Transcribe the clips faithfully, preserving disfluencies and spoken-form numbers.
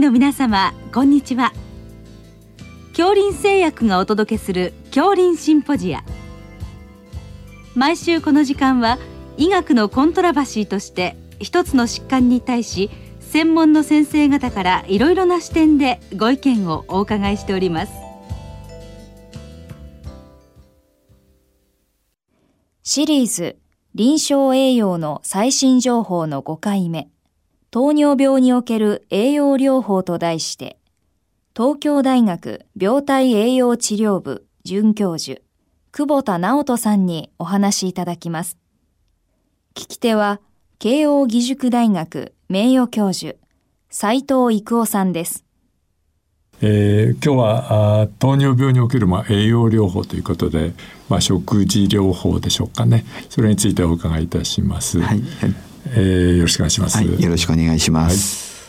の皆様、こんにちは。杏林製薬がお届けする杏林シンポジア。毎週この時間は医学のコントラバシーとして一つの疾患に対し専門の先生方からいろいろな視点でご意見をお伺いしております。 シリーズ臨床栄養の最新情報のごかいめ、糖尿病における栄養療法と題して、東京大学病態栄養治療部准教授久保田直人さんにお話しいただきます。聞き手は慶應義塾大学名誉教授斉藤育夫さんです。 えー、今日はあ糖尿病における、まあ、栄養療法ということで、まあ、食事療法でしょうかね、それについてお伺いいたします。 はい、 えー、よろしくお願いします。 はい、よろしくお願いします。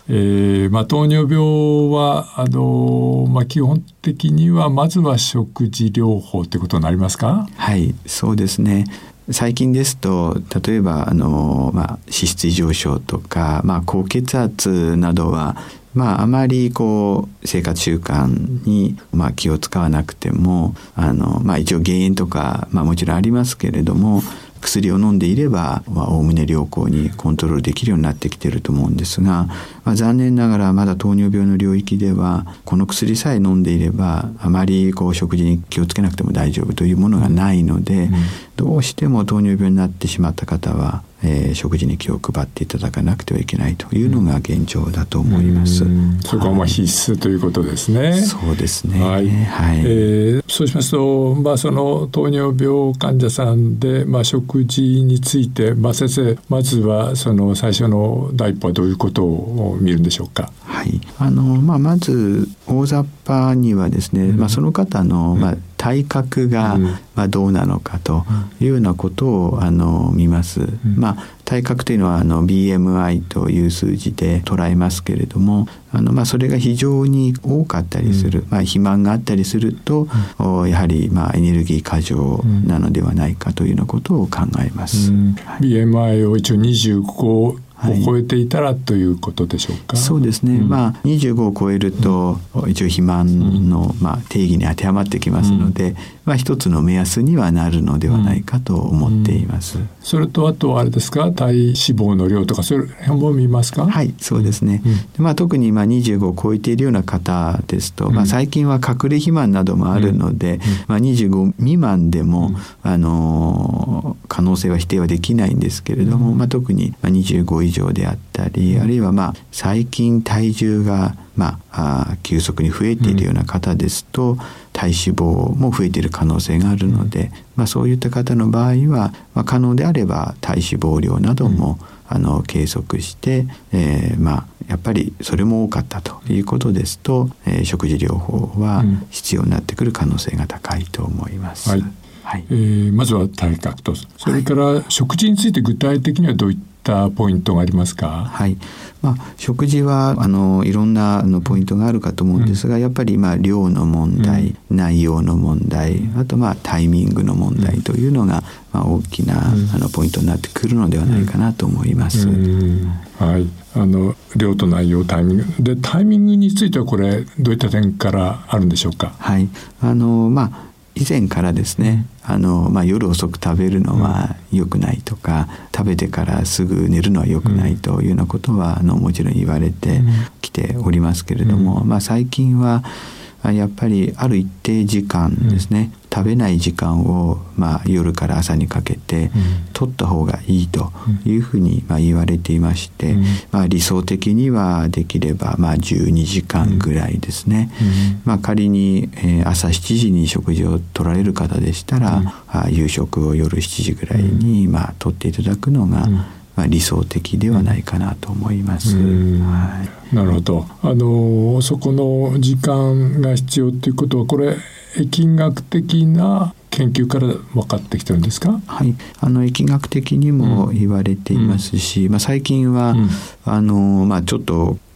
はい、えーまあ、糖尿病はあの、まあ、基本的にはまずは食事療法ということになりますか？ はい、そうですね。最近ですと例えばあの、まあ、脂質異常症とか、まあ、高血圧などはまあ、あまりこう生活習慣にまあ気を使わなくてもあの、まあ、一応減塩とか、まあ、もちろんありますけれども薬を飲んでいればおおむね良好にコントロールできるようになってきていると思うんですが、まあ、残念ながらまだ糖尿病の領域ではこの薬さえ飲んでいればあまりこう食事に気をつけなくても大丈夫というものがないので、うん、どうしても糖尿病になってしまった方はえー、食事に気を配っていただかなくてはいけないというのが現状だと思います。 そこはまあ必須ということですね。 そうですね。 はいはい、えー、そうしますと、まあ、その糖尿病患者さんで、まあ、食事について、まあ、先生まずはその最初の第一歩はどういうことを見るんでしょうか？ はい、あのまあ、まず大雑把にはですね、うんまあ、その方の、まあ体格がまあどうなのかというようなことをあの見ます、うんまあ、体格というのはあの ビーエムアイ という数字で捉えますけれどもあのまあそれが非常に多かったりする、うんまあ、肥満があったりすると、うん、やはりまあエネルギー過剰なのではないかというようなことを考えます、うんはい、ビーエムアイ を一応にじゅうごを超えていたらということでしょうか？ そうですね、うんまあ、にじゅうごを超えると、うん、一応肥満の、まあ、定義に当てはまってきますので、うんまあ、一つの目安にはなるのではないかと思っています、うんうん、 それとあとはあれですか、体脂肪の量とかそれ辺も見ますか？ はい、そうですね、うんでまあ、特にまあにじゅうごを超えているような方ですと、うんまあ、最近は隠れ肥満などもあるので、うんまあ、にじゅうご未満でも、うんあのー、可能性は否定はできないんですけれども、うんまあ、特ににじゅうご以上であったり、うん、あるいはまあ最近体重がまあ、あ急速に増えているような方ですと、うん、体脂肪も増えている可能性があるので、うんまあ、そういった方の場合は、まあ、可能であれば体脂肪量なども、うん、あの計測して、えーまあ、やっぱりそれも多かったということですと、えー、食事療法は必要になってくる可能性が高いと思います、 はいはいえー、まずは体格とそれから食事について具体的にはどういったポイントがありますか？ はいまあ、食事はあのいろんなあのポイントがあるかと思うんですが、うん、やっぱりまあ量の問題、うん、内容の問題、あとまあタイミングの問題というのが、まあ、大きな、うん、あのポイントになってくるのではないかなと思います、うんうんはい、あの量と内容タイミングでタイミングについてはこれどういった点からあるんでしょうか？ はいあのまあ以前からですねあの、まあ、夜遅く食べるのは良くないとか、うん、食べてからすぐ寝るのは良くないというようなことはあのもちろん言われてきておりますけれども、うんまあ、最近はやっぱりある一定時間ですね、うん、食べない時間を、まあ、夜から朝にかけて取った方がいいというふうに、まあ、言われていまして、うんまあ、理想的にはできれば、まあ、じゅうにじかんぐらいですね、うんまあ、仮に、えー、朝しちじに食事を取られる方でしたら、うん、夕食を夜しちじぐらいに、まあ、取っていただくのが、うんまあ、理想的ではないかなと思います、 はい、なるほど。あのそこの時間が必要ということはこれ疫学的な研究から分かってきてるんですか？ はい、あの疫学的にも言われていますし、うんまあ、最近は、うんあのまあ、ちょっと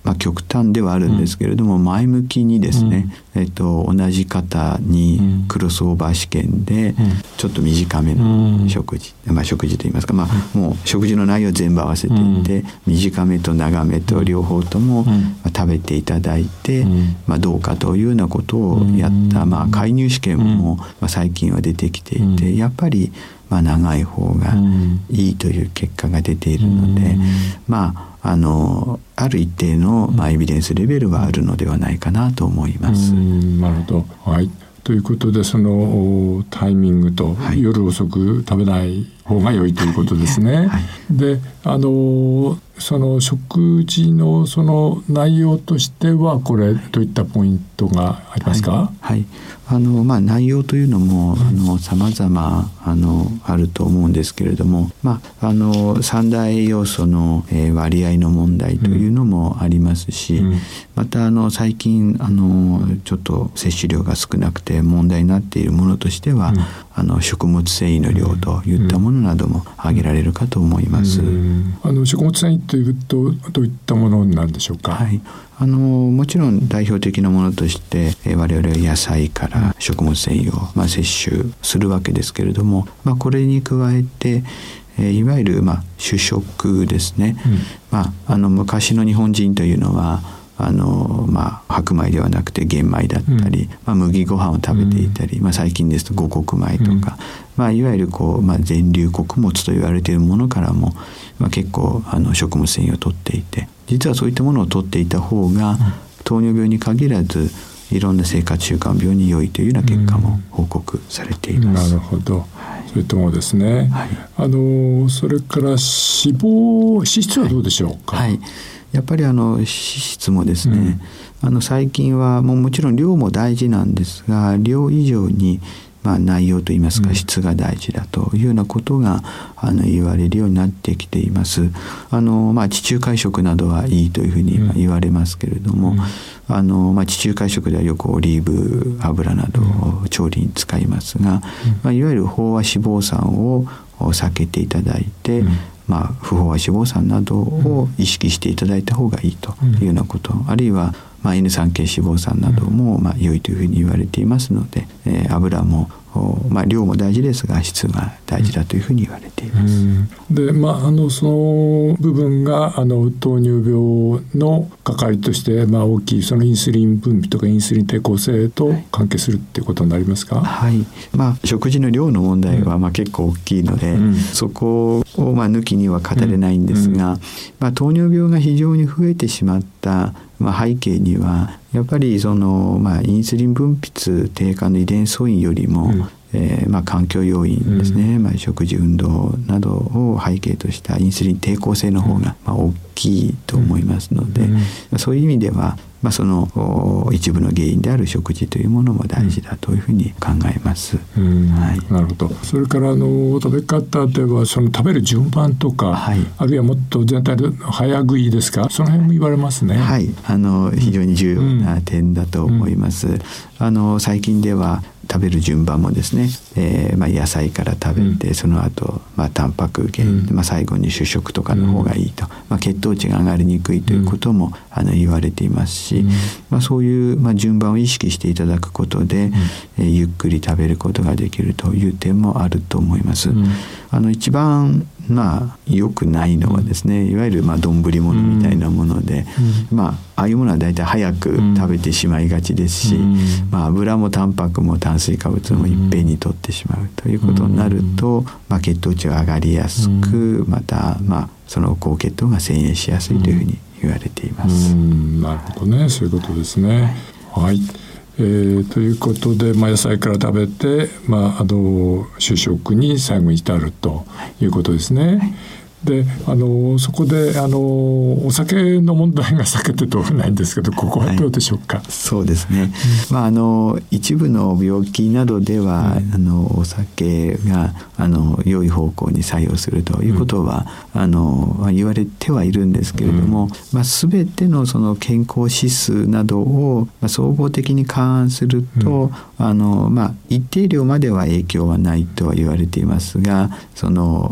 まあ、極端ではあるんですけれども、うん、前向きにですね、うん、えっと、同じ方にクロスオーバー試験でちょっと短めの食事、うん、まあ、食事といいますか、まあ、もう食事の内容全部合わせていて、うん、短めと長めと両方とも、まあ、食べていただいて、うん、まあ、どうかというようなことをやった、まあ、介入試験も、まあ、最近は出てきていて、やっぱりまあ長い方がいいという結果が出ているので、まああのある一定の、まあ、エビデンスレベルはあるのではないかなと思います。 うん、なるほど、はい。ということで、そのタイミングと、はい、夜遅く食べない方が良いということですね。はいはい、で、あのその食事のその内容としてはこれどういったポイントがありますか？ はいはい、あのまあ、内容というのもさまざまあると思うんですけれども、まあ、あの三大栄養素の、えー、割合の問題というのもありますし、うん、またあの最近あのちょっと摂取量が少なくて問題になっているものとしては、うん、あの食物繊維の量といったものなども挙げられるかと思います。うん、 あの食物繊維というとどういったものなんでしょうか？ はい、あのもちろん代表的なものとして、えー、我々は野菜から食物繊維を、まあ、摂取するわけですけれども、まあ、これに加えて、えー、いわゆる、まあ、主食ですね。うん、まあ、あの昔の日本人というのはあの、まあ、白米ではなくて玄米だったり、うん、まあ、麦ご飯を食べていたり、うん、まあ、最近ですと五穀米とか、うん、まあ、いわゆるこう、まあ、全粒穀物と言われているものからも、まあ、結構あの食物繊維を摂っていて、実はそういったものを摂っていた方が、うん、糖尿病に限らずいろんな生活習慣病に良いというような結果も報告されています。 うん、なるほど、はい、そういったものですね。はい、あのそれから脂肪脂質はどうでしょうか？ はいはい、やっぱりあの脂質もですね、うん、あの最近はもうもちろん量も大事なんですが、量以上にまあ内容といいますか質が大事だというようなことがあの言われるようになってきています。あの、まあ、地中海食などはいいというふうに言われますけれども、うん、あのまあ、地中海食ではよくオリーブ油などを調理に使いますが、うん、まあ、いわゆる飽和脂肪酸を避けていただいて、うん、まあ、不飽和脂肪酸などを意識していただいた方がいいというようなこと、うん、あるいはまあ、エヌスリー 系脂肪酸などもまあ良いというふうに言われていますので、えー、油も、まあ、量も大事ですが質が大事だというふうに言われています。うん、 で、まあ、あのその部分があの糖尿病の関わりとして、まあ、大きいそのインスリン分泌とかインスリン抵抗性と関係するっていうことになりますか？ はい、まあ、食事の量の問題はまあ結構大きいので、うん、そこをまあ抜きには語れないんですが、うんうん、まあ、糖尿病が非常に増えてしまったまあ、背景にはやっぱりその、まあ、インスリン分泌低下の遺伝素因よりも、うん、えーまあ、環境要因ですね、うん、まあ、食事運動などを背景としたインスリン抵抗性の方が、まあ、大きいと思いますので、うんうん、そういう意味では、まあ、その一部の原因である食事というものも大事だというふうに考えます。 うん、はい、なるほど。それからあの食べ方ではその食べる順番とか、はい、あるいはもっと全体で早食いですか、その辺も言われますね。 はい、あの非常に重要な点だと思います。うんうん、あの最近では食べる順番もですね、えーまあ、野菜から食べて、うん、その後、まあ、タンパク源、うん、まあ、最後に主食とかの方がいいと、うん、まあ、血糖値が上がりにくいということも、うん、あの言われていますし、うん、まあ、そういう、まあ、順番を意識していただくことで、うん、えー、ゆっくり食べることができるという点もあると思います。うん、あの一番まあ良くないのはですね、いわゆるまあ丼物みたいなもので、うん、まあああいうものはだいたい早く食べてしまいがちですし、うん、まあ、油もタンパクも炭水化物もいっぺんに摂ってしまうということになると、まあ、血糖値が上がりやすく、またまあその高血糖が遷延しやすいというふうに言われています。 うん、なるほどね、そういうことですね。はい、はい、えー、ということで、まあ、野菜から食べて、まあ、あの主食に最後に至るということですね。はいはい、であのそこであのお酒の問題が避けて通らないんですけど、ここはどうでしょうか？はい、 そうですね、うん、まあ、あの一部の病気などでは、うん、あのお酒があの良い方向に作用するということは、うん、あの言われてはいるんですけれども、うん、まあ、全てのその健康指数などを、まあ、総合的に勘案すると、うん、あのまあ、一定量までは影響はないとは言われていますが、その、まあ、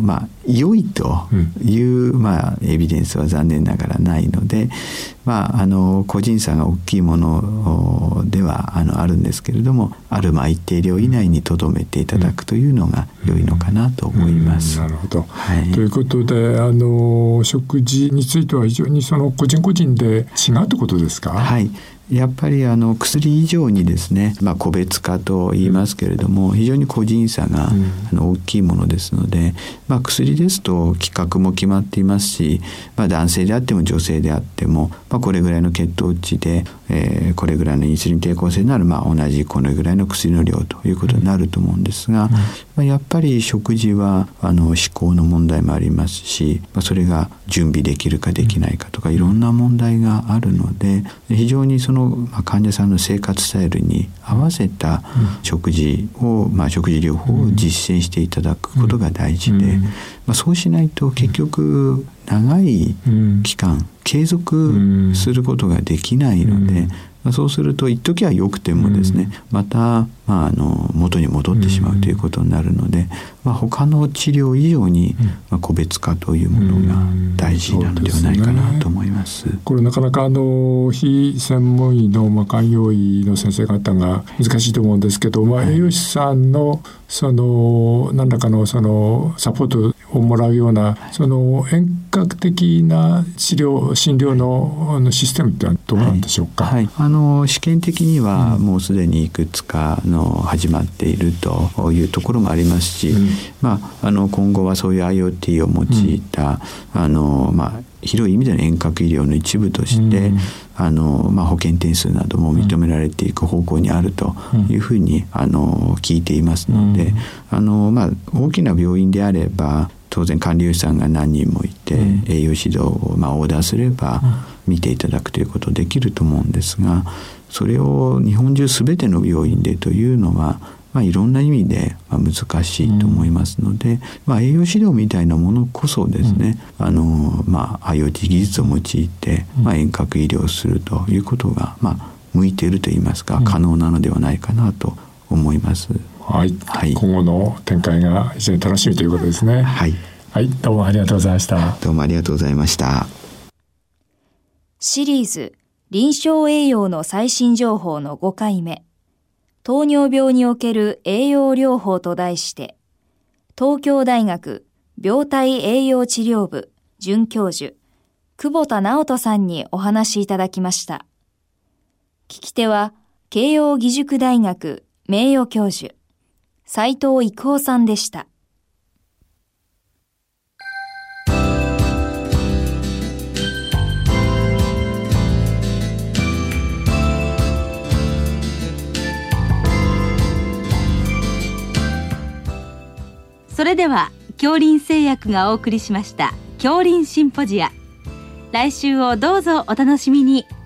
良いという、まあ、エビデンスは残念ながらないので、まあ、あの個人差が大きいものではあのあるんですけれども、あるまあ一定量以内にとどめていただくというのが良いのかなと思います。 うんうん、なるほど、 はい、 ということで、あの食事については非常にその個人個人で違うということですか？ はい、やっぱりあの薬以上にですね、まあ、個別化と言いますけれども、非常に個人差が、うん、あの大きいものですので、まあ、薬ですと規格も決まっていますし、まあ、男性であっても女性であっても、まあ、これぐらいの血糖値で、えー、これぐらいのインスリン抵抗性になる、まあ、同じこのぐらいの薬の量ということになると思うんですが、うんまあ、やっぱり食事はあの思考の問題もありますし、まあ、それが準備できるかできないかとかいろんな問題があるので、非常にそのまあ、患者さんの生活スタイルに合わせた食事を、まあ、食事療法を実践していただくことが大事で、まあ、そうしないと結局長い期間継続することができないので、まあ、そうすると一時は良くてもですね、また、まあ、あの元に戻ってしまうということになるので、まあ、他の治療以上に、まあ、個別化というものが大事なのではないかなと思います。 うん、これなかなかあの非専門医の、まあ、開業医の先生方が難しいと思うんですけど、まあ、栄養士さんのその何らかのそのサポートをもらうようなその遠隔的な治療診療の、あのシステムってのはどうなんでしょうか？ はいはい、あの試験的にはもうすでにいくつかの始まっているというところもありますし、うんまあ、あの今後はそういう IoT を用いた、うんあのまあ、広い意味での遠隔医療の一部として、うんあのまあ、保険点数なども認められていく方向にあるというふうに、うん、あの聞いていますので、うんあのまあ、大きな病院であれば当然管理栄養士さんが何人もいて、うん、栄養指導をまあオーダーすれば見ていただくということできると思うんですが、それを日本中すべての病院でというのは、まあ、いろんな意味で難しいと思いますので、うんまあ、栄養指導みたいなものこそですね、うんあのまあ、IoT 技術を用いて、まあ、遠隔医療をするということが、まあ、向いているといいますか、可能なのではないかなと思います。 はいはい、今後の展開が非常に楽しみということですね。 はい、 はい、どうもありがとうございました。 どうもありがとうございました。 シリーズ臨床栄養の最新情報のごかいめ、糖尿病における栄養療法と題して、東京大学病態栄養治療部准教授久保田直人さんにお話しいただきました。聞き手は慶應義塾大学名誉教授斉藤育夫さんでした。 それでは杏林製薬がお送りしました杏林シンポジア、来週をどうぞお楽しみに。